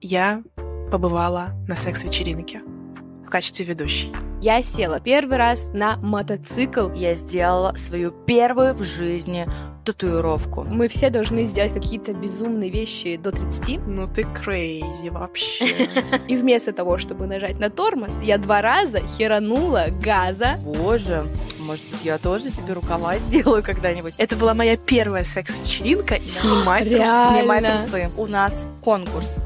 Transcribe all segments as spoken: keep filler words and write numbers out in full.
я побывала на секс-вечеринке в качестве ведущей. Я села первый раз на мотоцикл. Я сделала свою первую в жизни татуировку. Мы все должны сделать какие-то безумные вещи до тридцати. Ну ты crazy вообще. И вместо того, чтобы нажать на тормоз, я два раза херанула газа. Боже, может быть, я тоже себе рукава сделаю когда-нибудь. Это была моя первая секс-вечеринка. И снимай трусы. Реально. Снимай трусы. У нас конкурс.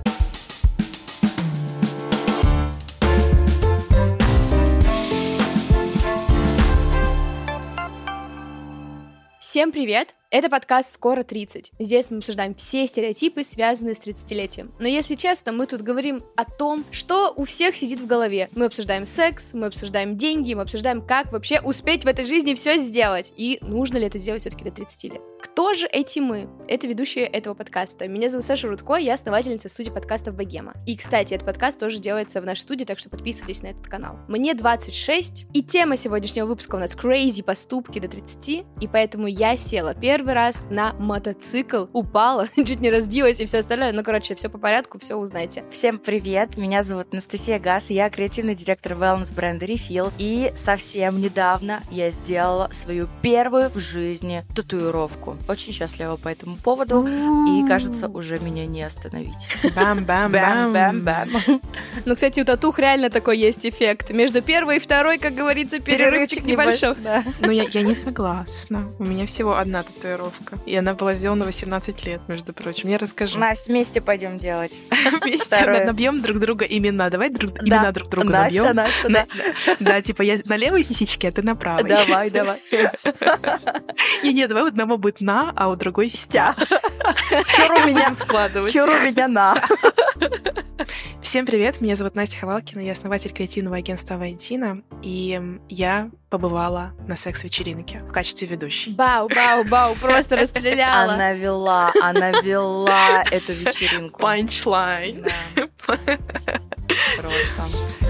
Всем привет! Это подкаст «Скоро тридцать». Здесь мы обсуждаем все стереотипы, связанные с тридцатилетием. Но если честно, мы тут говорим о том, что у всех сидит в голове. Мы обсуждаем секс, мы обсуждаем деньги, мы обсуждаем, как вообще успеть в этой жизни все сделать. И нужно ли это сделать все-таки до тридцати лет. Кто же эти мы? Это ведущие этого подкаста. Меня зовут Саша Рудко, я основательница студии подкастов «Богема». И, кстати, этот подкаст тоже делается в нашей студии, так что подписывайтесь на этот канал. Мне двадцать шесть, и тема сегодняшнего выпуска у нас crazy поступки до тридцати, и поэтому я села первый Первый раз на мотоцикл, упала, чуть не разбилась и все остальное. Ну, короче, все по порядку, все узнаете. Всем привет, меня зовут Анастасия Гас, я креативный директор wellness-бренда Refill, и совсем недавно я сделала свою первую в жизни татуировку. Очень счастлива по этому поводу, и, кажется, уже меня не остановить. Бам-бам-бам. Ну, кстати, у татух реально такой есть эффект. Между первой и второй, как говорится, перерывчик небольшой. Но я, я не согласна. У меня всего одна татуировка. И она была сделана восемнадцать лет, между прочим. Мне расскажи. Настя, вместе пойдем делать. Вместе набьем друг друга имена. Давай имена друг друга набьем. Настя, Настя, да. Да, типа я на левой сисечке, а ты на правой. Давай, давай. И нет, давай у одного будет на, а у другой стя. Чур у меня складывать. Чур у меня на. Всем привет, меня зовут Настя Ховалкина, я основатель креативного агентства Валентина, и я побывала на секс-вечеринке в качестве ведущей. Бау, бау, бау, просто расстреляла. Она вела, она вела эту вечеринку. Панчлайн. Да. Просто.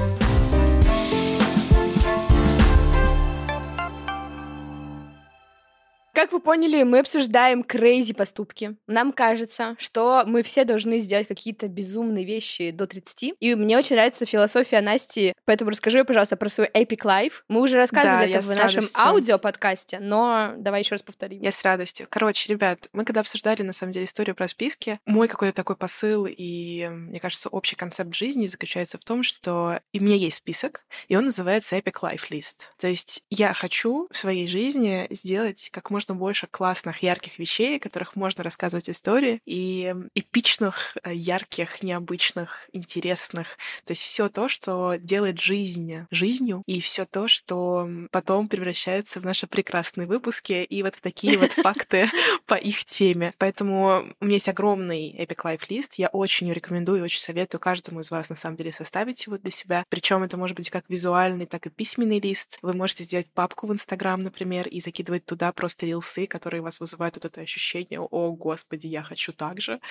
Как вы поняли, мы обсуждаем crazy поступки. Нам кажется, что мы все должны сделать какие-то безумные вещи до тридцати. И мне очень нравится философия Насти, поэтому расскажи, пожалуйста, про свой epic life. Мы уже рассказывали да, это в нашем радостью. аудиоподкасте, но давай еще раз повторим. Я с радостью. Короче, ребят, мы когда обсуждали, на самом деле, историю про списки, мой какой-то такой посыл и, мне кажется, общий концепт жизни заключается в том, что и у меня есть список, и он называется epic life list. То есть я хочу в своей жизни сделать как можно больше классных, ярких вещей, о которых можно рассказывать истории, и эпичных, ярких, необычных, интересных. То есть все то, что делает жизнь жизнью, и все то, что потом превращается в наши прекрасные выпуски и вот в такие вот факты по их теме. Поэтому у меня есть огромный Epic Life List. Я очень рекомендую, очень советую каждому из вас на самом деле составить его для себя. Причем это может быть как визуальный, так и письменный лист. Вы можете сделать папку в Инстаграм, например, и закидывать туда просто рилсы, которые вас вызывают вот это ощущение: «О, Господи, я хочу так же».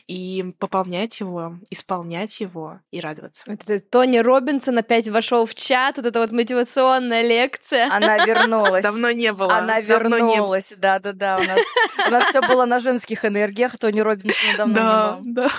И пополнять его, исполнять его и радоваться. Вот это Тони Робинсон опять вошел в чат, вот эта вот мотивационная лекция. Она вернулась. Давно не было. Она вернулась, да-да-да. У нас, у нас все было на женских энергиях, Тони Робинсона давно да, не было. Да,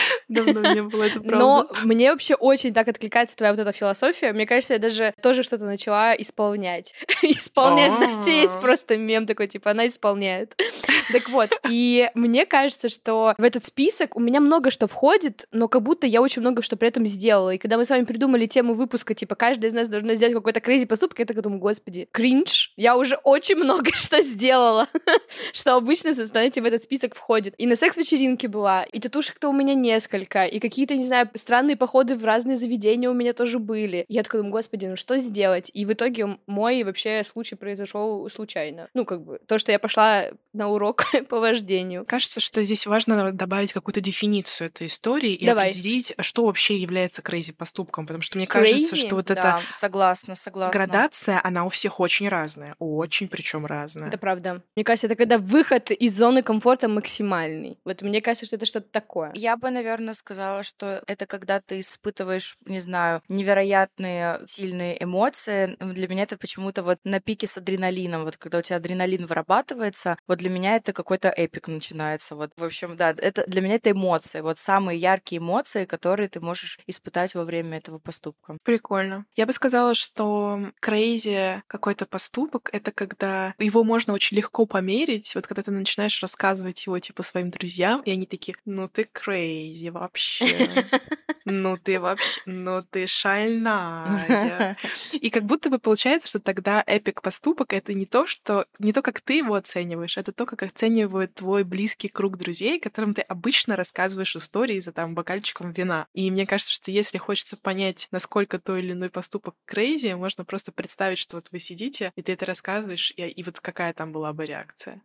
давно не было, это правда. Но мне вообще очень так откликается твоя вот эта философия. Мне кажется, я даже тоже что-то начала исполнять. Исполнять, знаете, есть просто мем такой, типа, она исполняет. Так вот, и мне кажется, что в этот список у меня много что входит, но как будто я очень много что при этом сделала. И когда мы с вами придумали тему выпуска, типа, каждая из нас должна сделать какой-то crazy поступок, я так думаю: господи, кринж, я уже очень много что сделала, что обычно, знаете, в этот список входит. И на секс-вечеринке была, и татушек-то у меня несколько, и какие-то, не знаю, странные походы в разные заведения у меня тоже были. Я такая думаю: господи, ну что сделать? И в итоге мой вообще случай произошел случайно. Ну, как бы, то, что я пошла на урок по вождению. Кажется, что здесь важно добавить какую-то дефиницию этой истории и Давай. определить, что вообще является crazy поступком, потому что мне Crazy? кажется, что вот Да, эта согласна, согласна. градация, она у всех очень разная, очень причем разная. Это правда. Мне кажется, это когда выход из зоны комфорта максимальный. Вот мне кажется, что это что-то такое. Я бы бы, наверное, сказала, что это когда ты испытываешь, не знаю, невероятные сильные эмоции. Для меня это почему-то вот на пике с адреналином. Вот когда у тебя адреналин вырабатывается, вот для меня это какой-то эпик начинается. Вот, в общем, да, это для меня это эмоции. Вот самые яркие эмоции, которые ты можешь испытать во время этого поступка. Прикольно. Я бы сказала, что crazy какой-то поступок — это когда его можно очень легко померить. Вот когда ты начинаешь рассказывать его типа своим друзьям, и они такие: ну ты crazy вообще. Ну ты вообще, ну ты шальная. И как будто бы получается, что тогда эпик поступок — это не то, что не то, как ты его оцениваешь, это то, как оценивает твой близкий круг друзей, которым ты обычно рассказываешь истории за там бокальчиком вина. И мне кажется, что если хочется понять, насколько той или иной поступок crazy, можно просто представить, что вот вы сидите, и ты это рассказываешь, и, и вот какая там была бы реакция.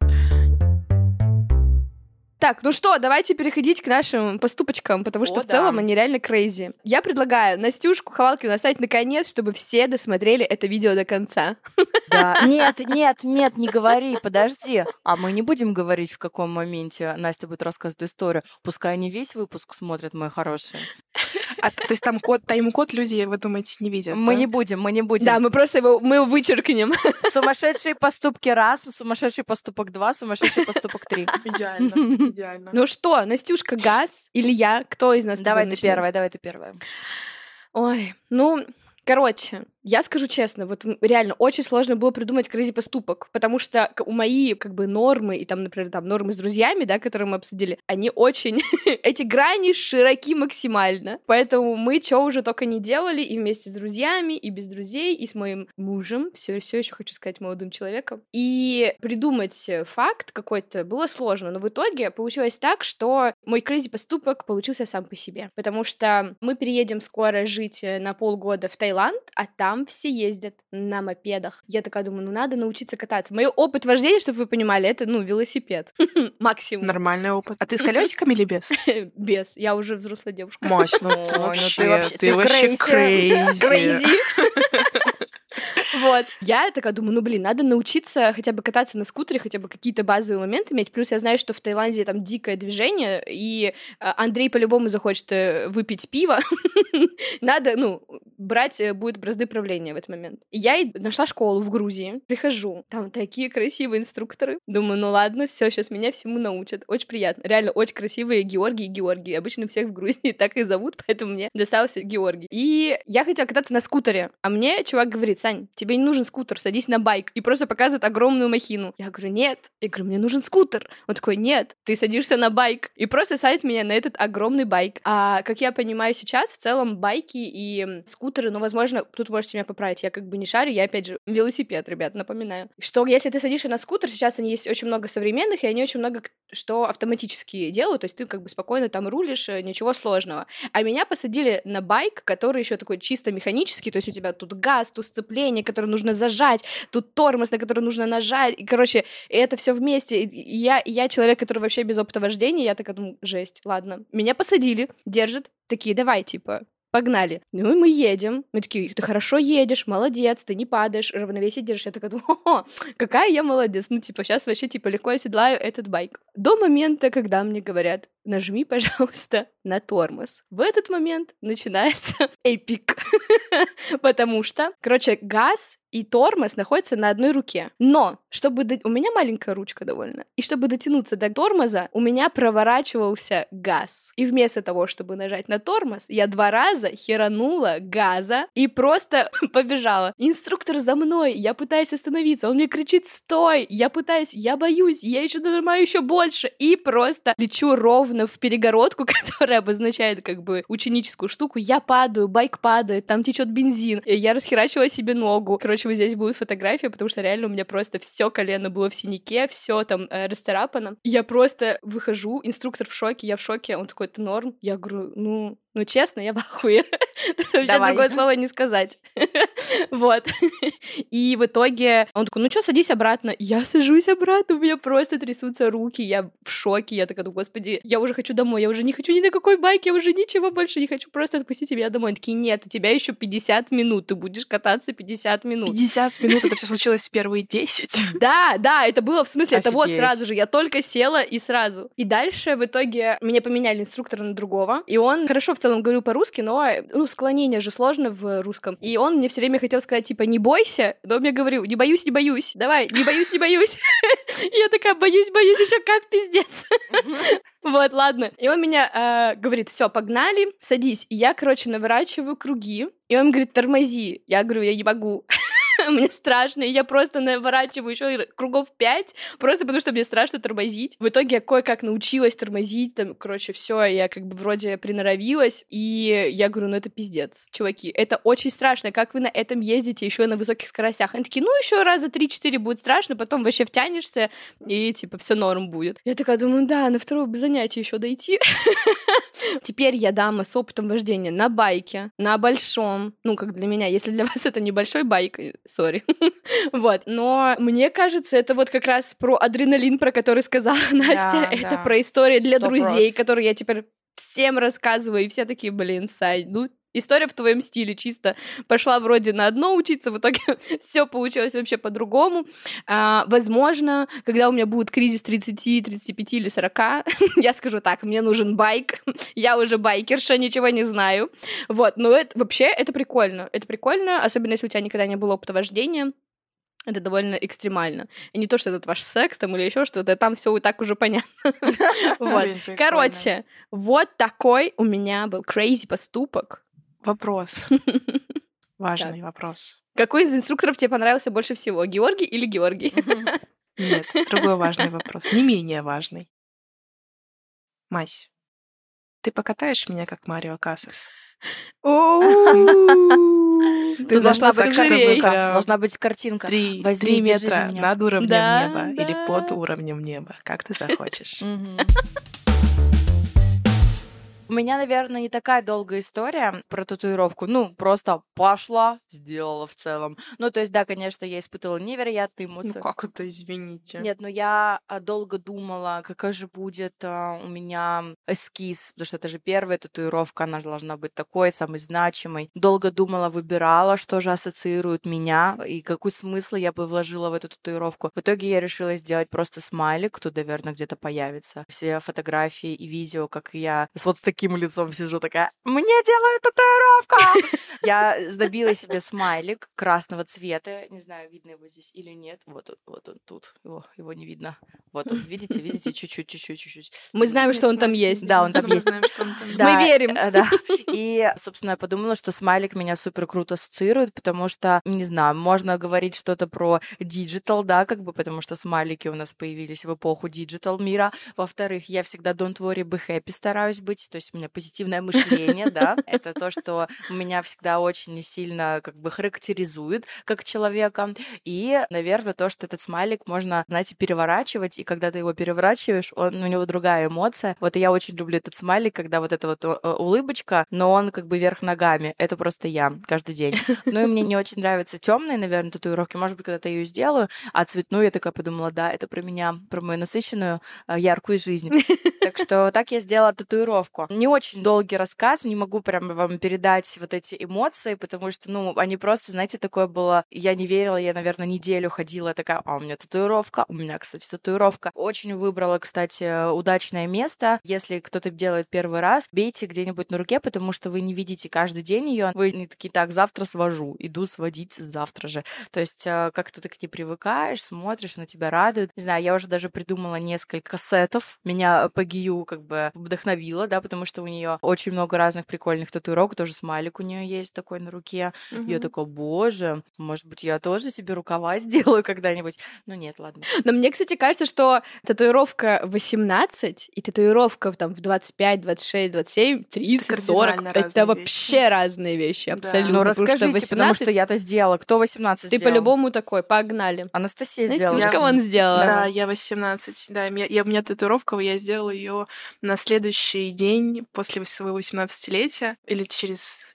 Так, ну что, давайте переходить к нашим поступочкам, потому что О, в целом да. они реально крейзи. Я предлагаю Настюшку Ховалкину оставить наконец, чтобы все досмотрели это видео до конца. Да. Нет, нет, нет, не говори, подожди. А мы не будем говорить, в каком моменте Настя будет рассказывать эту историю. Пускай не весь выпуск смотрят, мои хорошие. А, то есть там код, тайм-код люди, вы думаете, не видят? Мы да? не будем, мы не будем. Да, мы просто его, мы его вычеркнем. Сумасшедшие поступки раз, сумасшедший поступок два, сумасшедший поступок три. Идеально, идеально. Ну что, Настюшка, газ или я? Кто из нас? Давай ты первая, давай ты первая. Ой, ну, короче, я скажу честно, вот реально очень сложно было придумать crazy поступок, потому что у мои как бы нормы и там, например, там нормы с друзьями, да, которые мы обсудили, они очень эти грани широки максимально, поэтому мы что уже только не делали и вместе с друзьями, и без друзей, и с моим мужем, все, все еще хочу сказать молодым человеком, и придумать факт какой-то было сложно, но в итоге получилось так, что мой crazy поступок получился сам по себе, потому что мы переедем скоро жить на полгода в Таиланд, а там все ездят на мопедах. Я такая думаю, ну надо научиться кататься. Мой опыт вождения, чтобы вы понимали, это, ну, велосипед. Максимум. Нормальный опыт. А ты с колесиками или без? Без. Я уже взрослая девушка. Мощь, ну ты вообще, ты вообще crazy. crazy. Вот. Я такая думаю, ну, блин, надо научиться хотя бы кататься на скутере, хотя бы какие-то базовые моменты иметь. Плюс я знаю, что в Таиланде там дикое движение, и Андрей по-любому захочет выпить пиво. Надо, ну, брать будет бразды правления в этот момент. И я нашла школу в Грузии, прихожу, там такие красивые инструкторы. Думаю, ну ладно, все, сейчас меня всему научат. Очень приятно. Реально, очень красивые Георгий и Георгий. Обычно всех в Грузии так и зовут, поэтому мне достался Георгий. И я хотела кататься на скутере, а мне чувак говорит: Сань, тебе не нужен скутер, садись на байк. И просто показывает огромную махину. Я говорю, нет. Я говорю, мне нужен скутер. Он такой, нет, ты садишься на байк. И просто садит меня на этот огромный байк. А как я понимаю сейчас, в целом байки и скутеры, ну, возможно, тут можете меня поправить, я как бы не шарю, я, опять же, велосипед, ребят, напоминаю. Что если ты садишься на скутер, сейчас они есть очень много современных, и они очень много что автоматически делают, то есть ты как бы спокойно там рулишь, ничего сложного. А меня посадили на байк, который еще такой чисто механический, то есть у тебя тут газ, тут сцепление, которое нужно зажать, тут тормоз, на который нужно нажать, и, короче, и это все вместе. И я, и я человек, который вообще без опыта вождения, я такая думаю, жесть, ладно. Меня посадили, держат, такие, давай, типа, погнали. Ну и мы едем. Мы такие, ты хорошо едешь, молодец, ты не падаешь, равновесие держишь. Я такая думаю, о, какая я молодец. Ну, типа, сейчас вообще, типа, легко оседлаю этот байк. До момента, когда мне говорят, нажми, пожалуйста, на тормоз. В этот момент начинается эпик. Потому что, короче, газ и тормоз находятся на одной руке. Но, чтобы... До... У меня маленькая ручка довольно. И чтобы дотянуться до тормоза, у меня проворачивался газ. И вместо того, чтобы нажать на тормоз, я два раза херанула газа и просто побежала. Инструктор за мной, я пытаюсь остановиться, он мне кричит «стой!» Я пытаюсь, я боюсь, я еще нажимаю еще больше. И просто лечу ровно в перегородку, которая обозначает как бы ученическую штуку. Я падаю, байк падает, там течет бензин. Я расхерачила себе ногу. Короче, вот здесь будет фотография, потому что реально у меня просто все колено было в синяке, все там э, расцарапано. Я просто выхожу, инструктор в шоке, я в шоке, он такой, это норм? Я говорю, ну, ну честно, я в ахуе. Вообще другое слово не сказать. Вот. И в итоге он такой, ну что, садись обратно. Я сажусь обратно, у меня просто трясутся руки, я в шоке. Я такая, господи, я уже хочу домой, я уже не хочу ни на какой байк, я уже ничего больше не хочу, просто отпустите меня домой. Они такие, нет, у тебя еще пятьдесят минут, ты будешь кататься пятьдесят минут. пятьдесят минут, это все случилось в первые десять. Да, да, это было в смысле, это вот Офигеть. сразу же, я только села и сразу. И дальше в итоге меня поменяли инструктора на другого, и он хорошо в целом говорил по-русски, но, ну, склонение же сложно в русском. И он мне все время хотел сказать, типа, не бойся, но он мне говорил, не боюсь, не боюсь, давай, не боюсь, не боюсь. И я такая, боюсь, боюсь, еще как пиздец. Вот, ладно. И он меня говорит, все, погнали, садись. И я, короче, наворачиваю круги, и он говорит, тормози. Я говорю, я не могу. Мне страшно, и я просто наворачиваю еще кругов пять, просто потому что мне страшно тормозить. В итоге я кое-как научилась тормозить, там, короче, все, я как бы вроде приноровилась, и я говорю, ну это пиздец, чуваки, это очень страшно, как вы на этом ездите еще на высоких скоростях? Они такие, ну еще раза три-четыре будет страшно, потом вообще втянешься, и типа все норм будет. Я такая думаю, да, на второе занятие еще дойти. Теперь я дама с опытом вождения на байке, на большом, ну, как для меня, если для вас это небольшой байк, сори. Вот. Но мне кажется, это вот как раз про адреналин, про который сказала Настя. Да, это да. про истории для Сто друзей, проц. которые я теперь всем рассказываю, и все такие, блин, Сань, ну, история в твоем стиле чисто пошла вроде на одно учиться, в итоге все получилось вообще по-другому. А, возможно, когда у меня будет кризис тридцати, тридцати пяти или сорока, я скажу так, мне нужен байк, я уже байкерша, ничего не знаю. Вот, но это, вообще это прикольно. Это прикольно, особенно если у тебя никогда не было опыта вождения. Это довольно экстремально. И не то, что это ваш секс там или еще что-то, там все и так уже понятно. Вот. Короче, вот такой у меня был crazy поступок. Вопрос. Важный вопрос. Какой из инструкторов тебе понравился больше всего? Георгий или Георгий? Нет, другой важный вопрос. Не менее важный. Мась, ты покатаешь меня, как Марио Кассас? Ты должна зашла быть с жирей. картинка. Должна быть картинка. Три, Возьми, три держи метра меня. над уровнем Да, неба да. или под уровнем неба, как ты захочешь. Мгм. У меня, наверное, не такая долгая история про татуировку. Ну, просто пошла, сделала в целом. Ну, то есть, да, конечно, я испытывала невероятные эмоции. Ну как это, извините? Нет, но я а, долго думала, какая же будет а, у меня эскиз, потому что это же первая татуировка, она должна быть такой, самой значимой. Долго думала, выбирала, что же ассоциирует меня и какой смысл я бы вложила в эту татуировку. В итоге я решила сделать просто смайлик, тут, наверное, где-то появится. Все фотографии и видео, как я с вот с таким лицом сижу, такая, мне делают татуировку! Я добила себе смайлик красного цвета, не знаю, видно его здесь или нет. Вот он, вот он тут, его, его не видно. Вот он, видите, видите, чуть-чуть, чуть-чуть, чуть-чуть. Мы знаем, что он там есть. Да, он там Мы есть. знаем, что он там есть. Да, Мы верим. э, Да. И, собственно, я подумала, что смайлик меня супер круто ассоциирует, потому что, не знаю, можно говорить что-то про диджитал, да, как бы, потому что смайлики у нас появились в эпоху диджитал мира. Во-вторых, я всегда don't worry, be happy стараюсь быть, то есть у меня позитивное мышление, да, это то, что меня всегда очень сильно как бы характеризует как человека. И, наверное, то, что этот смайлик можно, знаете, переворачивать, и когда ты его переворачиваешь, он, у него другая эмоция. Вот и я очень люблю этот смайлик, когда вот эта вот э, улыбочка, но он как бы вверх ногами. Это просто я каждый день. Ну и мне не очень нравятся темные, наверное, татуировки. Может быть, когда-то я ее сделаю, а цветную я такая подумала, да, это про меня, про мою насыщенную, э, яркую жизнь. Так что так я сделала татуировку. Не очень долгий рассказ, не могу прям вам передать вот эти эмоции, потому что, ну, они просто, знаете, такое было, я не верила, я, наверное, неделю ходила такая, а у меня татуировка, у меня, кстати, татуировка. Очень выбрала, кстати, удачное место. Если кто-то делает первый раз, бейте где-нибудь на руке, потому что вы не видите каждый день ее. Вы не такие, так, завтра свожу, иду сводить завтра же. То есть э, как-то ты к ней привыкаешь, смотришь, на тебя радует. Не знаю, я уже даже придумала несколько сетов. Меня по Гию как бы вдохновило, да, потому что у нее очень много разных прикольных татуировок, тоже смайлик у нее есть такой на руке. Мгм. Я такая, боже, может быть, я тоже себе рукава сделаю когда-нибудь. Ну нет, ладно. Но мне, кстати, кажется, что татуировка восемнадцать и татуировка там в двадцать пять, двадцать шесть, двадцать семь, тридцать, сорок кардинально это разные вообще вещи. разные вещи, Да. абсолютно. Ну Потому что расскажите, потому восемнадцать что я-то сделала. Кто восемнадцать ты сделал? по-любому такой, погнали. Анастасия Настюшка сделала. вон сделала. Да, я восемнадцать. Да, я, я- у меня татуировка, я сделала ее на следующий день после своего восемнадцатилетия или через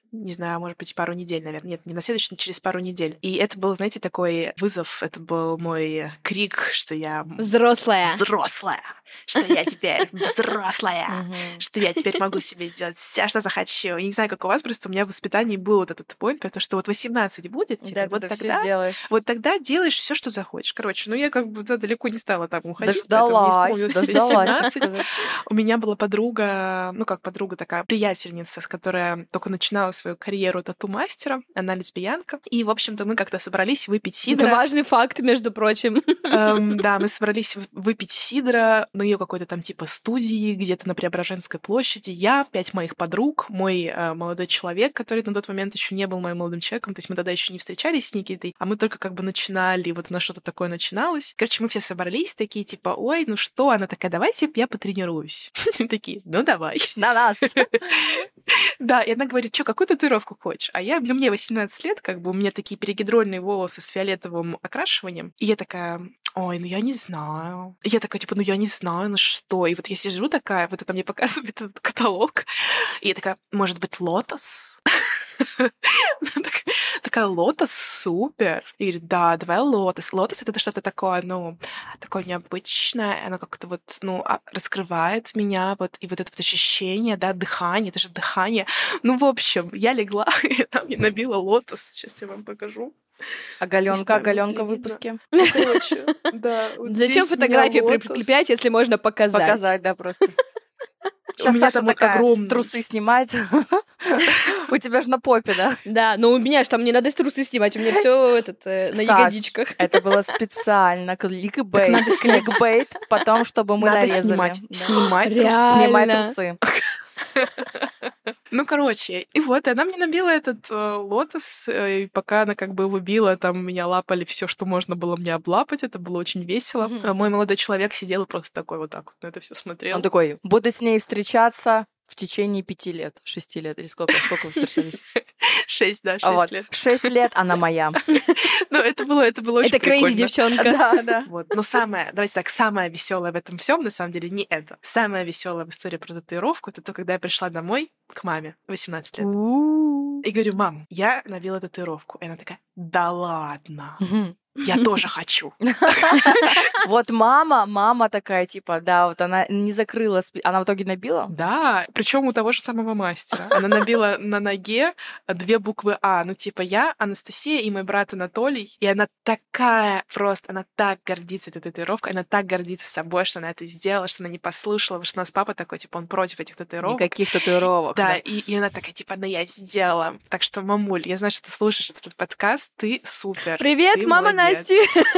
не знаю, может быть, пару недель, наверное. Нет, не на следующий, через пару недель. И это был, знаете, такой вызов, это был мой крик, что я... Взрослая. Взрослая. Что я теперь взрослая. Что я теперь могу себе сделать все, что захочу. Я не знаю, как у вас, просто у меня в воспитании был вот этот point, потому что вот восемнадцать будет, да, вот ты тогда... сделаешь. Вот тогда делаешь все, что захочешь. Короче, ну я как бы да, далеко не стала там уходить. Дождалась, дождалась. У меня была подруга, ну как подруга такая, приятельница, с которой только начинала свою карьеру тату-мастера. Она лесбиянка. И, в общем-то, мы как-то собрались выпить сидра. Это важный факт, между прочим. Эм, да, мы собрались выпить сидра на ее какой-то там типа студии, где-то на Преображенской площади. Я, пять моих подруг, мой э, молодой человек, который на тот момент еще не был моим молодым человеком, то есть мы тогда еще не встречались с Никитой, а мы только как бы начинали, вот у нас что-то такое начиналось. Короче, мы все собрались, такие типа, ой, ну что? Она такая, давайте я потренируюсь. Такие, ну давай. На нас. Да, и она говорит, что, какую татуировку хочешь? А я, ну мне восемнадцать лет, как бы у меня такие перегидрольные волосы с фиолетовым окрашиванием. И я такая, ой, ну я не знаю. И я такая, типа, ну я не знаю, ну что? И вот я сижу такая, вот это мне показывает этот каталог. И я такая, может быть, лотос? Такая, лотос, супер. И говорит, да, давай лотос. Лотос — это что-то такое, ну, такое необычное. Оно как-то вот, ну, раскрывает меня, вот, и вот это вот ощущение, да, дыхание, это же дыхание. Ну, в общем, я легла, и там мне набила лотос. Сейчас я вам покажу. Оголёнка, оголёнка в выпуске. Ну, короче, да. Вот зачем фотографии прикреплять, если можно показать? Показать, да, просто. Сейчас у меня Саша там такая огромный. Трусы снимать. У тебя же на попе, да? Да, но у меня же там не надо трусы снимать, у меня все этот на ягодичках. Это было специально. Кликбейт. Кликбейт, потом, чтобы мы нарезали. Снимать. Снимать трусы. Снимать трусы. Ну, короче, и вот, и она мне набила этот э, лотос, э, и пока она как бы его била, там меня лапали все, что можно было мне облапать, это было очень весело. Mm-hmm. А мой молодой человек сидел и просто такой вот так вот на это все смотрел. Он такой, буду с ней встречаться в течение пяти лет, шести лет, или сколько, сколько вы встречались? Шесть, да, шесть а вот, лет. Шесть лет она моя. Ну, это было, это было очень это прикольно. Это крейзи девчонка. Да, да. Вот, но самое, давайте так, самое веселое в этом всем на самом деле не это. Самая веселая в истории про татуировку — это то, когда я пришла домой к маме, восемнадцать лет. И говорю, мам, я набила татуировку. И она такая, да ладно. Я тоже хочу. Вот мама, мама такая, типа, да, вот она не закрыла, она в итоге набила? Да, причем у того же самого мастера. Она набила на ноге две буквы А. Ну, типа, я, Анастасия и мой брат Анатолий. И она такая просто, она так гордится этой татуировкой, она так гордится собой, что она это сделала, что она не послушала, потому что у нас папа такой, типа, он против этих татуировок. Никаких татуировок. Да, да. И, и она такая, типа, ну я сделала. Так что, мамуль, я знаю, что ты слушаешь этот подкаст, ты супер. Привет, ты мама молодец. Насти!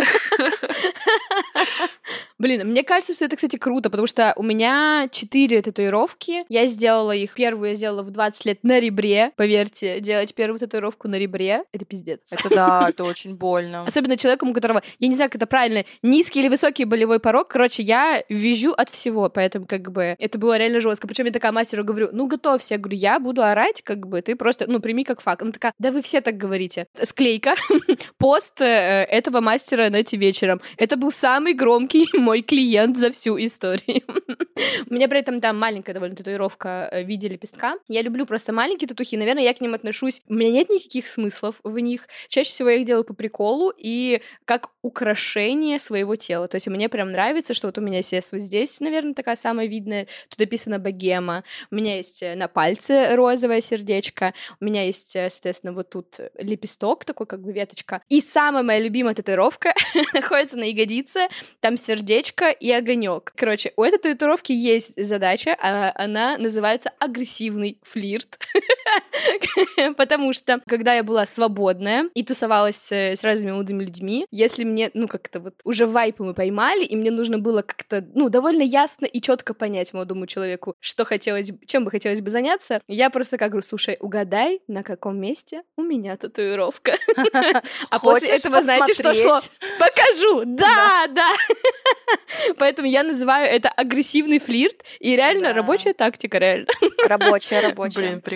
Блин, мне кажется, что это, кстати, круто, потому что у меня четыре татуировки. Я сделала их. Первую я сделала в двадцать лет на ребре. Поверьте, делать первую татуировку на ребре — это пиздец. Это да, это очень больно. Особенно человеком, у которого, я не знаю, как это правильно, низкий или высокий болевой порог. Короче, я визжу от всего, поэтому как бы это было реально жестко. Причем я такая мастеру говорю, ну готовься. Я говорю, я буду орать, как бы ты просто, ну прими как факт. Она такая, да вы все так говорите. Склейка, пост этого мастера Нэти вечером. Это был самый громкий мой клиент за всю историю. У меня при этом там маленькая довольно татуировка в виде лепестка. Я люблю просто маленькие татухи. Наверное, я к ним отношусь... У меня нет никаких смыслов в них. Чаще всего я их делаю по приколу и как украшение своего тела. То есть мне прям нравится, что вот у меня есть вот здесь, наверное, такая самая видная. Тут написано богема. У меня есть на пальце розовое сердечко. У меня есть, соответственно, вот тут лепесток такой, как бы веточка. И самая моя любимая татуировка находится на ягодице. Там сердечко и огонек. Короче, у этой татуировки есть задача, а она называется агрессивный флирт. Потому что, когда я была свободная и тусовалась с разными молодыми людьми, если мне, ну, как-то вот уже вайпы мы поймали, и мне нужно было как-то, ну, довольно ясно и четко понять молодому человеку, что хотелось, чем бы хотелось бы заняться, я просто как говорю, слушай, угадай, на каком месте у меня татуировка. А после этого, знаете, что шло? Покажу! Да, да! Поэтому я называю это агрессивный флирт, и реально рабочая тактика, реально. Рабочая, рабочая. Блин, прикольно.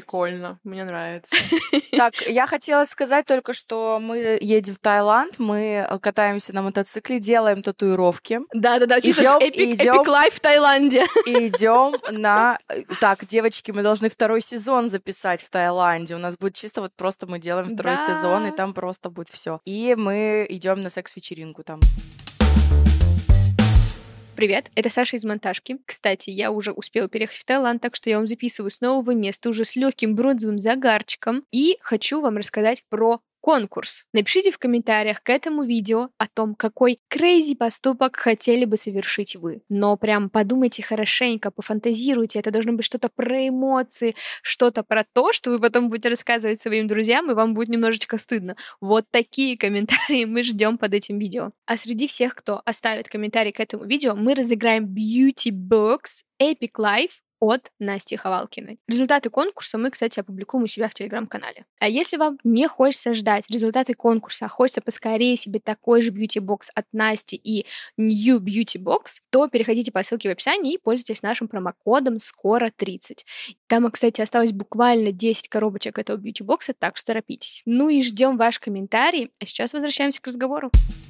Прикольно, мне нравится. Так, я хотела сказать только, что мы едем в Таиланд, мы катаемся на мотоцикле, делаем татуировки. Да-да-да, чисто Идём- Epic, идём- Epic Life в Таиланде. И идем на... Так, девочки, мы должны второй сезон записать в Таиланде. У нас будет чисто вот просто мы делаем второй Да. сезон, и там просто будет все. И мы идем на секс-вечеринку там. Привет, это Саша из монтажки. Кстати, я уже успела переехать в Таиланд, так что я вам записываю с нового места уже с легким бронзовым загарчиком. И хочу вам рассказать про конкурс. Напишите в комментариях к этому видео о том, какой crazy поступок хотели бы совершить вы. Но прям подумайте хорошенько, пофантазируйте. Это должно быть что-то про эмоции, что-то про то, что вы потом будете рассказывать своим друзьям, и вам будет немножечко стыдно. Вот такие комментарии мы ждем под этим видео. А среди всех, кто оставит комментарий к этому видео, мы разыграем Beauty Box Epic Life от Насти Ховалкиной. Результаты конкурса мы, кстати, опубликуем у себя в Телеграм-канале. А если вам не хочется ждать результаты конкурса, а хочется поскорее себе такой же бьюти-бокс от Насти и New Beauty Box, то переходите по ссылке в описании и пользуйтесь нашим промокодом скоро тридцать. Там, кстати, осталось буквально десять коробочек этого бьюти-бокса, так что торопитесь. Ну и ждем ваш комментарий. А сейчас возвращаемся к разговору.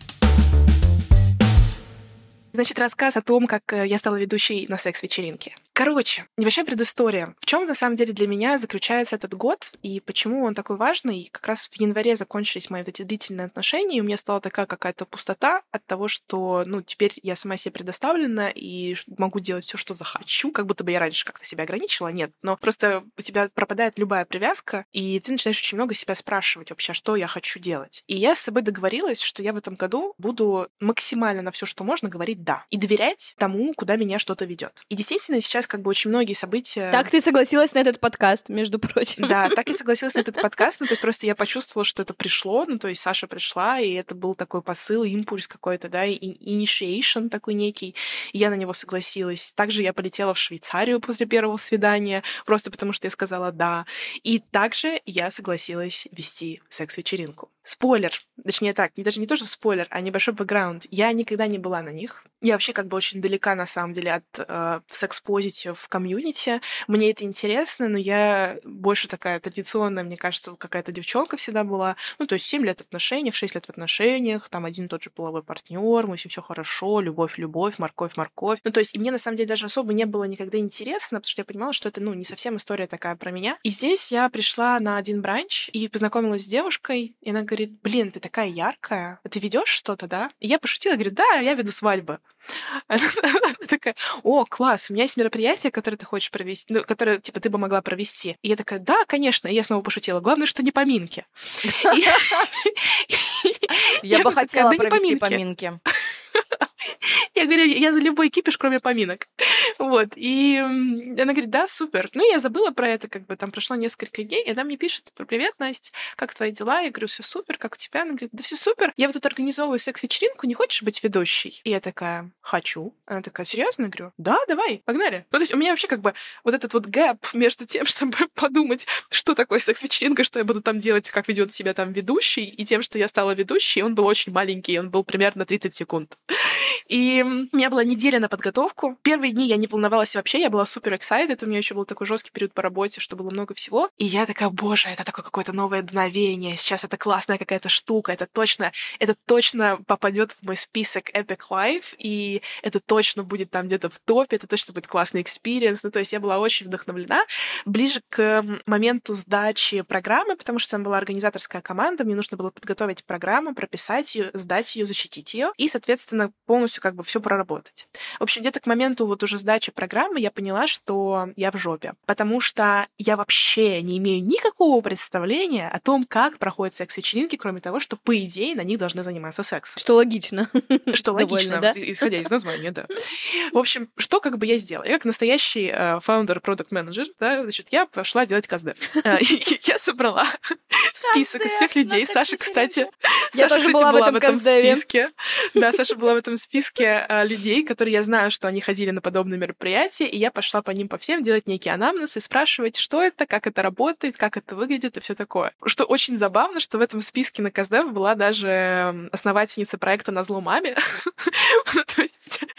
Значит, рассказ о том, как я стала ведущей на секс-вечеринке. Короче, небольшая предыстория. В чем на самом деле для меня заключается этот год и почему он такой важный? Как раз в январе закончились мои вот эти длительные отношения, и у меня стала такая какая-то пустота от того, что, ну, теперь я сама себе предоставлена и могу делать все, что захочу, как будто бы я раньше как-то себя ограничила. Нет, но просто у тебя пропадает любая привязка, и ты начинаешь очень много себя спрашивать вообще, что я хочу делать. И я с собой договорилась, что я в этом году буду максимально на все, что можно, говорить «да». И доверять тому, куда меня что-то ведет. И действительно, сейчас как бы очень многие события... Так ты согласилась на этот подкаст, между прочим. Да, так и согласилась на этот подкаст. Ну, то есть просто я почувствовала, что это пришло, ну, то есть Саша пришла, и это был такой посыл, импульс какой-то, да, и initiation такой некий, и я на него согласилась. Также я полетела в Швейцарию после первого свидания, просто потому что я сказала «да». И также я согласилась вести секс-вечеринку. Спойлер, точнее так, не даже не то, что спойлер, а небольшой бэкграунд. Я никогда не была на них. Я вообще как бы очень далека, на самом деле, от э, секс-позитив комьюнити. Мне это интересно, но я больше такая традиционная, мне кажется, какая-то девчонка всегда была. Ну, то есть семь лет в отношениях, шесть лет в отношениях, там один и тот же половой партнер, мы с ним все хорошо, любовь, любовь, морковь, морковь. Ну, то есть и мне, на самом деле, даже особо не было никогда интересно, потому что я понимала, что это, ну, не совсем история такая про меня. И здесь я пришла на один бранч и познакомилась с девушкой, и она говорит: блин, ты такая яркая, ты ведешь что-то, да? И я пошутила, говорю: да, я веду свадьбы. Она такая: о, класс, у меня есть мероприятие, которое ты хочешь провести, ну, которое, типа, ты бы могла провести. И я такая: да, конечно. И я снова пошутила: главное, что не поминки. Я бы хотела провести поминки. Я говорю, я за любой кипиш, кроме поминок. Вот. И она говорит: да, супер. Ну, я забыла про это, как бы там прошло несколько дней, и она мне пишет: привет, Настя, как твои дела? Я говорю: все супер, как у тебя? Она говорит: да все супер. Я вот тут организовываю секс-вечеринку, не хочешь быть ведущей? И я такая: хочу. Она такая: серьезно? Я говорю: да, давай, погнали. Ну, то есть у меня вообще как бы вот этот вот гэп между тем, чтобы подумать, что такое секс-вечеринка, что я буду там делать, как ведет себя там ведущий, и тем, что я стала ведущей, он был очень маленький, он был примерно тридцать секунд. И у меня была неделя на подготовку. Первые дни я не волновалась вообще, я была супер excited, у меня еще был такой жесткий период по работе, что было много всего. И я такая: боже, это такое какое-то новое дуновение, сейчас это классная какая-то штука, это точно, это точно попадет в мой список Epic Life, и это точно будет там где-то в топе, это точно будет классный экспириенс. Ну, то есть я была очень вдохновлена. Ближе к моменту сдачи программы, потому что там была организаторская команда, мне нужно было подготовить программу, прописать ее, сдать ее, защитить ее и, соответственно, полностью как бы все проработать. В общем, где-то к моменту вот уже сдачи программы я поняла, что я в жопе, потому что я вообще не имею никакого представления о том, как проходят секс-вечеринки, кроме того, что, по идее, на них должны заниматься сексом. Что логично. Что логично, да? исходя из названия, да. В общем, что как бы я сделала? Я как настоящий фаундер, продакт-менеджер, да, значит, я пошла делать каздев. Я собрала список из всех людей. Саша, кстати, Я тоже была в этом списке. Да, Саша была в этом списке людей, которые я знаю, что они ходили на подобные мероприятия, и я пошла по ним по всем делать некий анамнез и спрашивать, что это, как это работает, как это выглядит и все такое. Что очень забавно, что в этом списке на каздев была даже основательница проекта «Назло маме». То есть это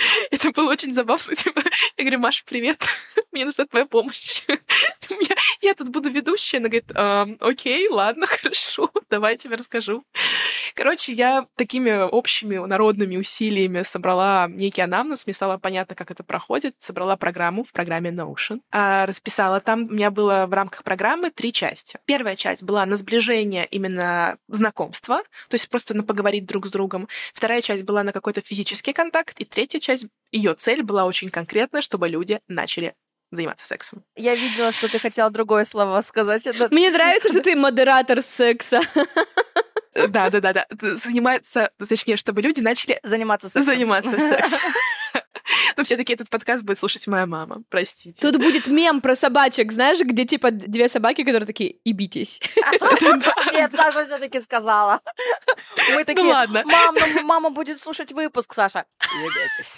Это было очень забавно. Типа, я говорю: Маша, привет, мне нужна твоя помощь. я, я тут буду ведущей. Она говорит: а, окей, ладно, хорошо, давай я тебе расскажу. Короче, я такими общими народными усилиями собрала некий анамнез, мне стало понятно, как это проходит, собрала программу в программе Notion, расписала там. У меня было в рамках программы три части. Первая часть была на сближение именно знакомства, то есть просто на поговорить друг с другом. Вторая часть была на какой-то физический контакт. И третья часть, ее цель была очень конкретна, чтобы люди начали заниматься сексом. Я видела, что ты хотела другое слово сказать. Мне нравится, что ты модератор секса. Да, да, да, да. Заниматься, точнее, чтобы люди начали заниматься сексом. Заниматься сексом. Но все-таки этот подкаст будет слушать моя мама, простите. Тут будет мем про собачек, знаешь, где типа две собаки, которые такие: и битесь. Нет, Саша все-таки сказала. Мы такие: ладно. Мама будет слушать выпуск, Саша. И битесь.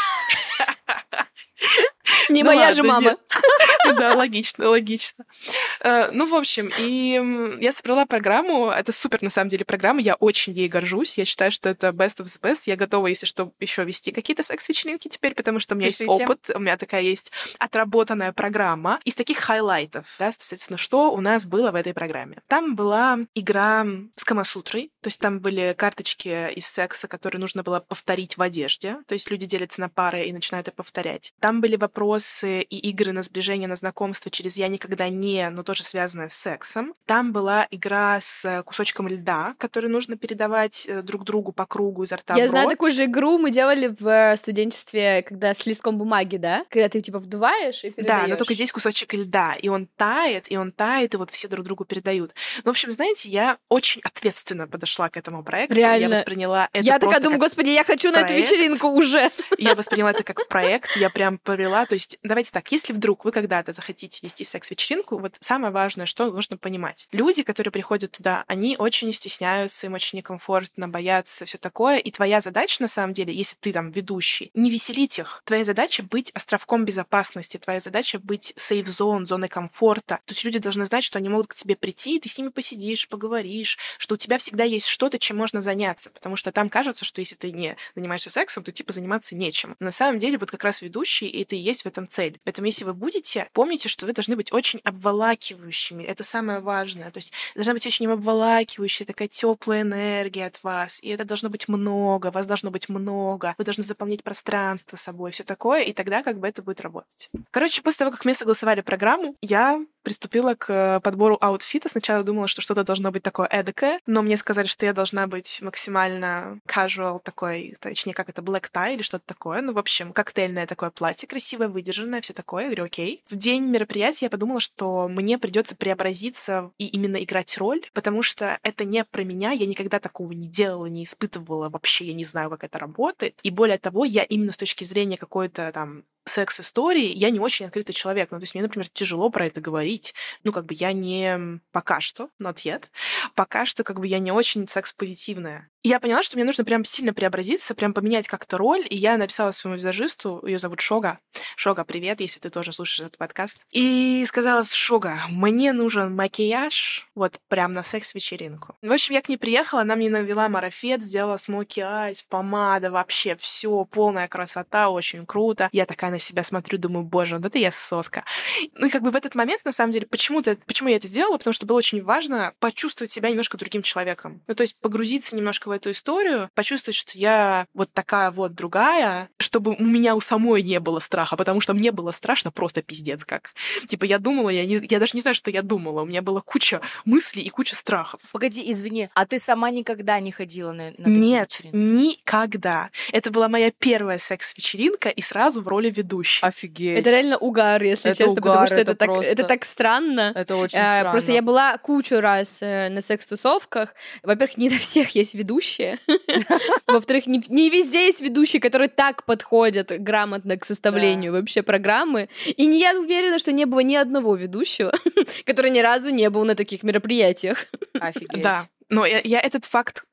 Не моя же мама. Да, логично, логично. Ну, в общем, и я собрала программу. Это супер, на самом деле, программа. Я очень ей горжусь. Я считаю, что это best of the best. Я готова, если что, еще вести какие-то секс-вечеринки теперь, потому что у меня есть опыт, у меня такая есть отработанная программа из таких хайлайтов. Да, соответственно, что у нас было в этой программе? Там была игра с Камасутрой, то есть там были карточки из секса, которые нужно было повторить в одежде. То есть люди делятся на пары и начинают это повторять. Там были вопросы и игры на сближение, на знакомство через «я никогда не», но тоже связанное с сексом. Там была игра с кусочком льда, который нужно передавать друг другу по кругу изо рта в рот. Я знаю такую же игру, мы делали в студенчестве, когда с листком бумаги, да? Когда ты типа вдуваешь и передаешь. Да, но только здесь кусочек льда, и он тает, и он тает, и вот все друг другу передают. Ну, в общем, знаете, я очень ответственно подошла к этому проекту. Реально. Я восприняла это Я просто такая думаю: господи, я хочу проект. на эту вечеринку уже. Я восприняла это как проект, я прям повела. То есть, давайте так, если вдруг вы когда-то захотите вести секс-вечеринку, вот самое важное, что нужно понимать. Люди, которые приходят туда, они очень стесняются, им очень некомфортно, боятся, все такое. И твоя задача, на самом деле, если ты там ведущий, не веселить их. Твоя задача быть островком безопасности, твоя задача быть сейф-зон, зоной комфорта. То есть люди должны знать, что они могут к тебе прийти, ты с ними посидишь, поговоришь, что у тебя всегда есть что-то, чем можно заняться, потому что там кажется, что если ты не занимаешься сексом, то типа заниматься нечем. Но на самом деле вот как раз ведущий, и это и есть в этом цель. Поэтому если вы будете, помните, что вы должны быть очень обволакивающими. Это самое важное. То есть должна быть очень обволакивающая, такая теплая энергия от вас. И это должно быть много, вас должно быть много. Вы должны заполнять пространство собой, все такое, и тогда как бы это будет работать. Короче, после того, как мы согласовали программу, я приступила к подбору аутфита. Сначала думала, что что-то должно быть такое эдакое, но мне сказали, что я должна быть максимально casual такой, точнее, как это, black tie или что-то такое. Ну, в общем, коктейльное такое платье, красивое, выдержанное, все такое. Я говорю: окей. В день мероприятия я подумала, что мне придется преобразиться и именно играть роль, потому что это не про меня, я никогда такого не делала, не испытывала вообще, я не знаю, как это работает. И более того, я именно с точки зрения какой-то там секс-истории, я не очень открытый человек. Ну, то есть мне, например, тяжело про это говорить. Ну, как бы я не... Пока что, not yet. Пока что, как бы я не очень секс-позитивная. И я поняла, что мне нужно прям сильно преобразиться, прям поменять как-то роль. И я написала своему визажисту, ее зовут Шога. Шога, привет, если ты тоже слушаешь этот подкаст. И сказала: Шога, мне нужен макияж вот прям на секс-вечеринку. В общем, я к ней приехала, она мне навела марафет, сделала смоки-айс, помада, вообще все, полная красота, очень круто. Я такая на себя смотрю, думаю: боже, вот это я соска. Ну и как бы в этот момент, на самом деле, почему-то, почему я это сделала? Потому что было очень важно почувствовать себя немножко другим человеком. Ну то есть погрузиться немножко в эту историю, почувствовать, что я вот такая вот другая, чтобы у меня у самой не было страха, потому что мне было страшно просто пиздец как. Типа я думала, я, не, я даже не знаю, что я думала, у меня была куча мыслей и куча страхов. Погоди, извини, а ты сама никогда не ходила на, на Нет, вечеринку? никогда. Это была моя первая секс-вечеринка и сразу в роли ведущей. Офигеть. Это реально угар, если это честно, угар, потому что это, это, так, просто... это так странно. Это очень а, странно. Просто я была кучу раз э, на секс-тусовках. Во-первых, не на всех есть ведущие. Во-вторых, не, не везде есть ведущие, которые так подходят грамотно к составлению да. вообще программы. И не, я уверена, что не было ни одного ведущего, который ни разу не был на таких мероприятиях. Офигеть. Да. Но я, я этот факт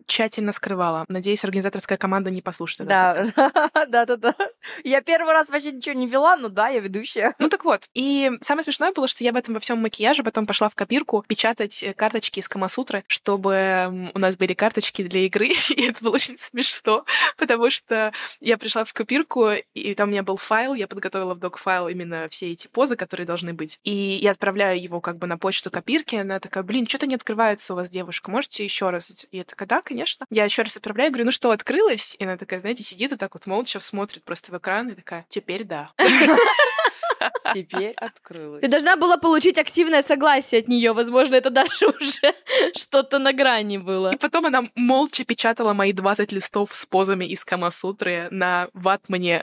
тщательно скрывала. Надеюсь, организаторская команда не послушает Да, этот подкаст. да-да-да. Я первый раз вообще ничего не вела, но да, я ведущая. Ну так вот. И самое смешное было, что я в этом во всем макияже потом пошла в копирку печатать карточки из Камасутры, чтобы у нас были карточки для игры. И это было очень смешно, потому что я пришла в копирку, и там у меня был файл, я подготовила в док-файл именно все эти позы, которые должны быть. И я отправляю его как бы на почту копирки, она такая: блин, что-то не открывается у вас, девушка, можете еще раз? И я такая: да, конечно. Я еще раз отправляю, говорю: ну что, открылось? И она такая, знаете, сидит и так вот молча смотрит просто в экран и такая: теперь да. Теперь открылась. Ты должна была получить активное согласие от нее. Возможно, это даже уже что-то на грани было. И потом она молча печатала мои двадцать листов с позами из Камасутры на ватмане.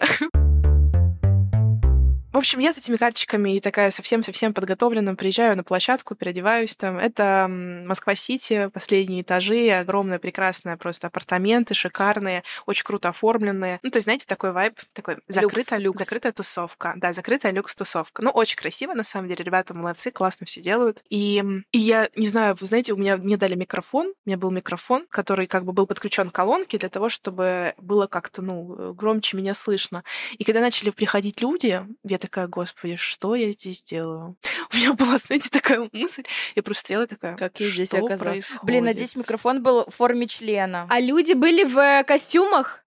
В общем, я с этими карточками и такая совсем-совсем подготовлена, приезжаю на площадку, переодеваюсь там. Это Москва-Сити, последние этажи, огромные, прекрасные просто апартаменты, шикарные, очень круто оформленные. Ну, то есть, знаете, такой вайб, такой закрытая, люкс. закрытая тусовка. Да, закрытая люкс-тусовка. Ну, очень красиво, на самом деле, ребята молодцы, классно все делают. И, и я, не знаю, вы знаете, у меня мне дали микрофон, у меня был микрофон, который как бы был подключен к колонке для того, чтобы было как-то, ну, громче меня слышно. И когда начали приходить люди, я такая: господи, что я здесь делаю? У меня была, знаете, такая мысль. Я просто стояла такая: как я здесь что оказалась? происходит? Блин, надеюсь, микрофон был в форме члена. А люди были в костюмах?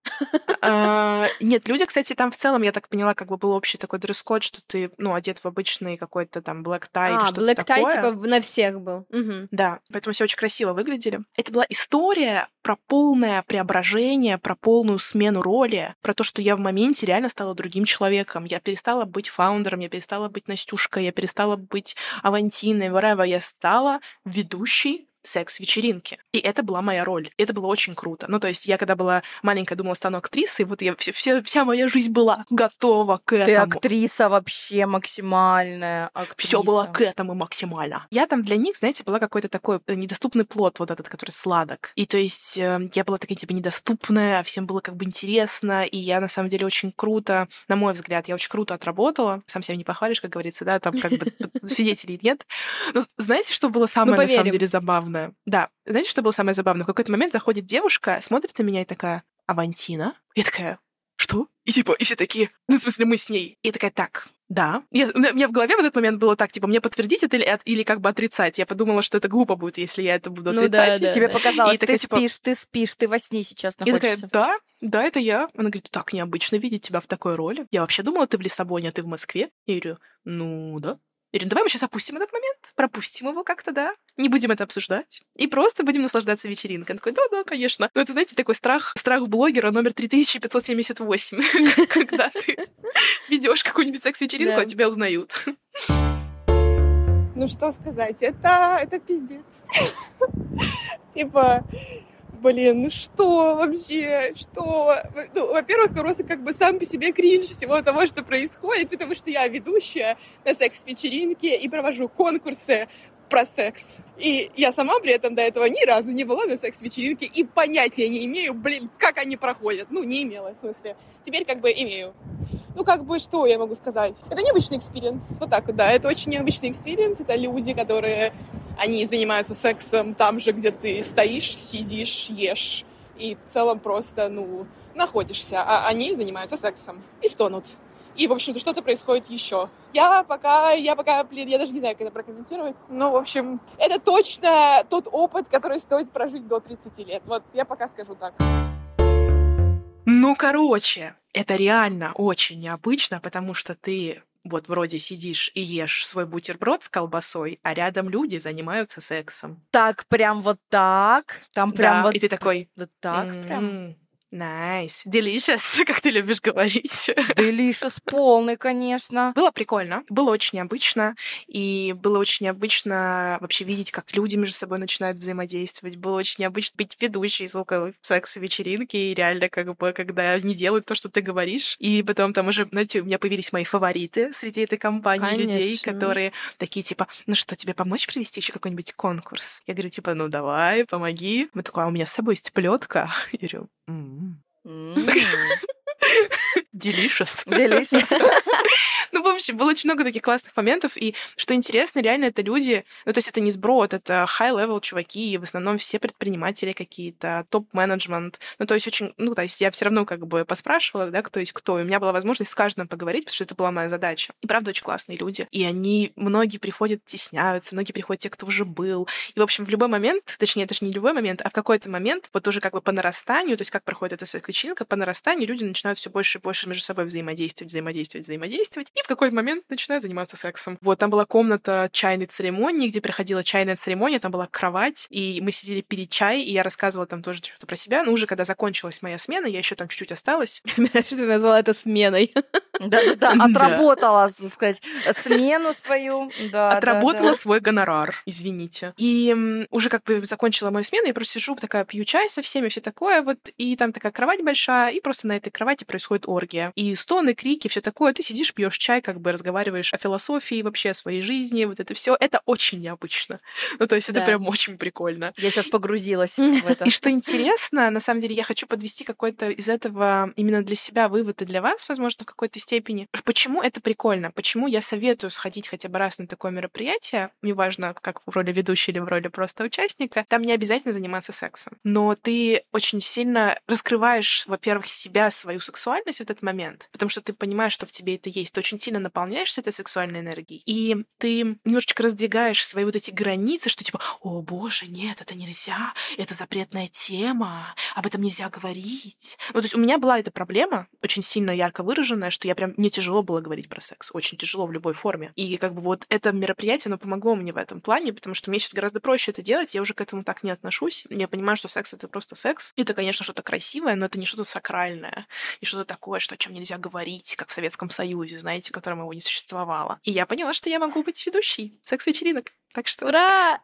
А, нет, люди, кстати, там в целом, я так поняла, как бы был общий такой дресс-код, что ты, ну, одет в обычный какой-то там black tie или А, что-то black tie такое. типа на всех был. Мгм. Да, поэтому все очень красиво выглядели. Это была история про полное преображение, про полную смену роли, про то, что я в моменте реально стала другим человеком. Я перестала быть фаундером, я перестала быть Настюшкой, я перестала быть Авантиной, whatever. Я стала ведущей секс-вечеринки. И это была моя роль. Это было очень круто. Ну, то есть я, когда была маленькая, думала, стану актрисой, вот я, все, все, вся моя жизнь была готова к этому. Ты актриса вообще максимальная. Все было к этому максимально. Я там для них, знаете, была какой-то такой недоступный плод, вот этот, который сладок. И то есть э, я была такая, типа, недоступная, а всем было как бы интересно, и я, на самом деле, очень круто, на мой взгляд, я очень круто отработала. Сам себя не похвалишь, как говорится, да, там как бы свидетелей нет. Но знаете, что было самое, на самом деле, забавное? Да, знаете, что было самое забавное? В какой-то момент заходит девушка, смотрит на меня и такая: Авантина? Я такая: что? И типа, и все такие, ну, в смысле, мы с ней. И я такая: так, да. Я, у меня в голове в этот момент было так, типа, мне подтвердить это или, или как бы отрицать. Я подумала, что это глупо будет, если я это буду Ну отрицать. да, да, Тебе да. показалось, И ты такая, типа, спишь, ты спишь, ты во сне сейчас Я такая: находишься. да, да, это я. Она говорит: так необычно видеть тебя в такой роли. Я вообще думала, ты в Лиссабоне, а ты в Москве. Я говорю: ну да. Я говорю: давай мы сейчас опустим этот момент, пропустим его как-то, да, не будем это обсуждать, и просто будем наслаждаться вечеринкой. Он такой: да-да, конечно. Но это, знаете, такой страх, страх блогера номер три тысячи пятьсот семьдесят восемь, когда ты ведешь какую-нибудь секс-вечеринку, а тебя узнают. Ну что сказать, это, это пиздец. Типа, блин, ну что вообще, что? Ну, во-первых, просто как бы сам по себе кринж всего того, что происходит, потому что я ведущая на секс-вечеринке и провожу конкурсы про секс. И я сама при этом до этого ни разу не была на секс-вечеринке и понятия не имею, блин, как они проходят. Ну, не имела, в смысле. Теперь как бы имею. Ну, как бы, что я могу сказать? Это необычный экспириенс. Вот так вот, да. Это очень необычный экспириенс. Это люди, которые, они занимаются сексом там же, где ты стоишь, сидишь, ешь. И в целом просто, ну, находишься. А они занимаются сексом. И стонут. И, в общем-то, что-то происходит еще. Я пока, я пока, блин, я даже не знаю, как это прокомментировать. Ну, в общем, это точно тот опыт, который стоит прожить до тридцати лет. Вот я пока скажу так. Ну, короче, это реально очень необычно, потому что ты вот вроде сидишь и ешь свой бутерброд с колбасой, а рядом люди занимаются сексом. Так, прям вот так. Там прям Да, вот... и ты такой: Вот так м-м, прям. Nice, delicious, как ты любишь говорить. Делишес полный, конечно. Было прикольно, было очень необычно, и было очень необычно вообще видеть, как люди между собой начинают взаимодействовать. Было очень необычно быть ведущей звуковой секс-вечеринки, и реально как бы, когда они делают то, что ты говоришь. И потом там уже, знаете, у меня появились мои фавориты среди этой компании людей, Конечно. которые такие типа: ну что, тебе помочь провести еще какой-нибудь конкурс? Я говорю, типа: ну давай, помоги. Мы такой: а у меня с собой есть плетка. Я говорю: м-м. М. Delicious. Delicious. Ну, в общем, было очень много таких классных моментов, и что интересно, реально это люди, ну, то есть это не сброд, это high-level чуваки, и в основном все предприниматели какие-то, топ-менеджмент, ну, то есть очень, ну, то есть я все равно как бы поспрашивала, да, кто есть кто, и у меня была возможность с каждым поговорить, потому что это была моя задача. И правда очень классные люди, и они, многие приходят, стесняются, многие приходят те, кто уже был, и, в общем, в любой момент, точнее, это же не любой момент, а в какой-то момент, вот уже как бы по нарастанию, то есть как проходит эта секс-вечеринка, по нарастанию люди начинают все больше и больше между собой взаимодействовать, взаимодействовать, взаимодействовать, и в какой-то момент начинают заниматься сексом. Вот, там была комната чайной церемонии, где проходила чайная церемония, там была кровать, и мы сидели пили чай, и я рассказывала там тоже что-то про себя, но уже когда закончилась моя смена, я еще там чуть-чуть осталась. Что ты назвала это сменой? Да-да-да, отработала, так сказать, смену свою. Отработала свой гонорар, извините. И уже как бы закончила мою смену, я просто сижу, такая пью чай со всеми, все такое вот, и там такая кровать большая, и просто на этой кровати происходит оргия. И стоны, крики, все такое, ты сидишь, пьешь чай, как бы разговариваешь о философии, вообще о своей жизни, вот это все. Это очень необычно. Ну, то есть это Да. прям очень прикольно. Я сейчас погрузилась в это. И что интересно, на самом деле, я хочу подвести какой-то из этого именно для себя вывод и для вас, возможно, в какой-то степени. Почему это прикольно? Почему я советую сходить хотя бы раз на такое мероприятие, неважно, как в роли ведущей или в роли просто участника, там не обязательно заниматься сексом. Но ты очень сильно раскрываешь, во-первых, себя, свою сексуальность в этот момент, потому что ты понимаешь, что в тебе это есть. Ты очень сильно наполняешься этой сексуальной энергией. И ты немножечко раздвигаешь свои вот эти границы, что типа, о, боже, нет, это нельзя, это запретная тема, об этом нельзя говорить. Ну, то есть у меня была эта проблема, очень сильно ярко выраженная, что я прям, мне тяжело было говорить про секс, очень тяжело в любой форме. И как бы вот это мероприятие, оно помогло мне в этом плане, потому что мне сейчас гораздо проще это делать, я уже к этому так не отношусь. Я понимаю, что секс — это просто секс. Это, конечно, что-то красивое, но это не что-то сакральное, не что-то такое, что о чем нельзя говорить, как в Советском Союзе, знаете, в котором его не существовало. И я поняла, что я могу быть ведущей секс-вечеринок. Так что... Ура!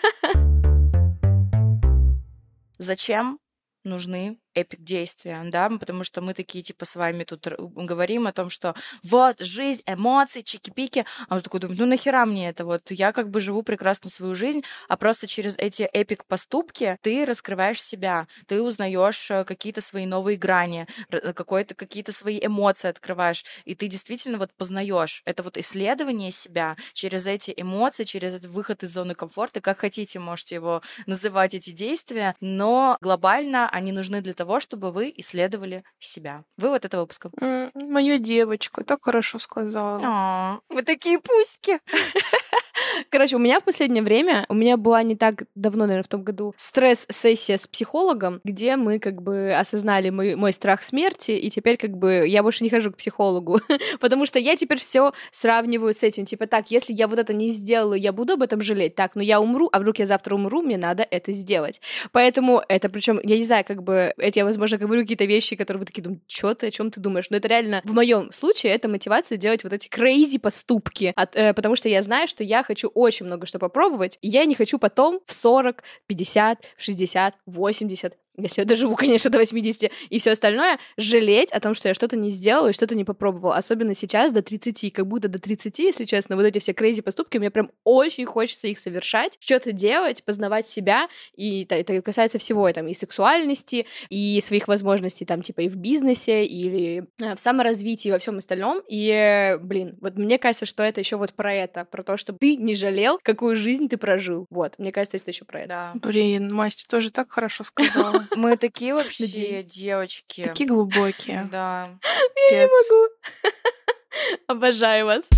Зачем нужны эпик-действия, да, потому что мы такие, типа, с вами тут говорим о том, что вот, жизнь, эмоции, чики-пики, а он такой думает, ну нахера мне это, вот, я как бы живу прекрасно свою жизнь, а просто через эти эпик-поступки ты раскрываешь себя, ты узнаешь какие-то свои новые грани, какое-то, какие-то свои эмоции открываешь, и ты действительно вот познаешь. Это вот исследование себя через эти эмоции, через этот выход из зоны комфорта, как хотите, можете его называть, эти действия, но глобально они нужны для того, чтобы вы исследовали себя. Вывод этого выпуска. Моя девочка так хорошо сказала. А, вы такие пуськи. Короче, у меня в последнее время, у меня была не так давно, наверное, в том году, стресс-сессия с психологом, где мы как бы осознали мой, мой страх смерти, и теперь как бы я больше не хожу к психологу, потому что я теперь все сравниваю с этим. Типа, так, если я вот это не сделаю, я буду об этом жалеть. Так, но я умру, а вдруг я завтра умру, мне надо это сделать. Поэтому это, причем я не знаю, как бы, это я, возможно, говорю какие-то вещи, которые вы такие думаете, что ты, о чем ты думаешь? Но это реально, в моем случае, это мотивация делать вот эти crazy поступки, от, э, потому что я знаю, что я хочу очень много что попробовать, и я не хочу потом в сорок, пятьдесят, шестьдесят, восемьдесят, если я доживу, конечно, до восьмидесяти, и все остальное, жалеть о том, что я что-то не сделала и что-то не попробовала. Особенно сейчас, до тридцати, как будто до тридцати, если честно, вот эти все crazy поступки, мне прям очень хочется их совершать, что-то делать, познавать себя, и это, это касается всего, там, и сексуальности, и своих возможностей, там, типа, и в бизнесе, или в саморазвитии, и во всем остальном. И, блин, вот мне кажется, что это еще вот про это, про то, чтобы ты не жалел, какую жизнь ты прожил. Вот, мне кажется, это еще про это. Да. Блин, Настя тоже так хорошо сказала. Мы такие вообще Надеюсь. девочки. Такие глубокие. Да. Я не могу. Обожаю вас.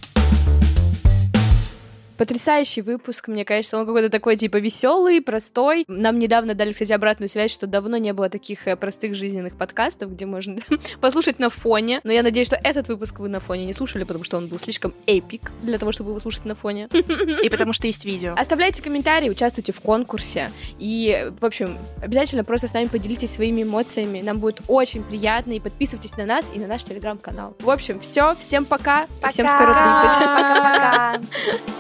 Потрясающий выпуск, мне кажется, он какой-то такой, типа, веселый, простой. Нам недавно дали, кстати, обратную связь, что давно не было таких простых жизненных подкастов, где можно послушать на фоне. Но я надеюсь, что этот выпуск вы на фоне не слушали, потому что он был слишком эпик для того, чтобы его слушать на фоне. И потому что есть видео. Оставляйте комментарии, участвуйте в конкурсе. И, в общем, обязательно просто с нами поделитесь своими эмоциями. Нам будет очень приятно. И подписывайтесь на нас и на наш телеграм-канал. В общем, все. Всем пока. Пока. Всем скоро тридцать. Пока-пока.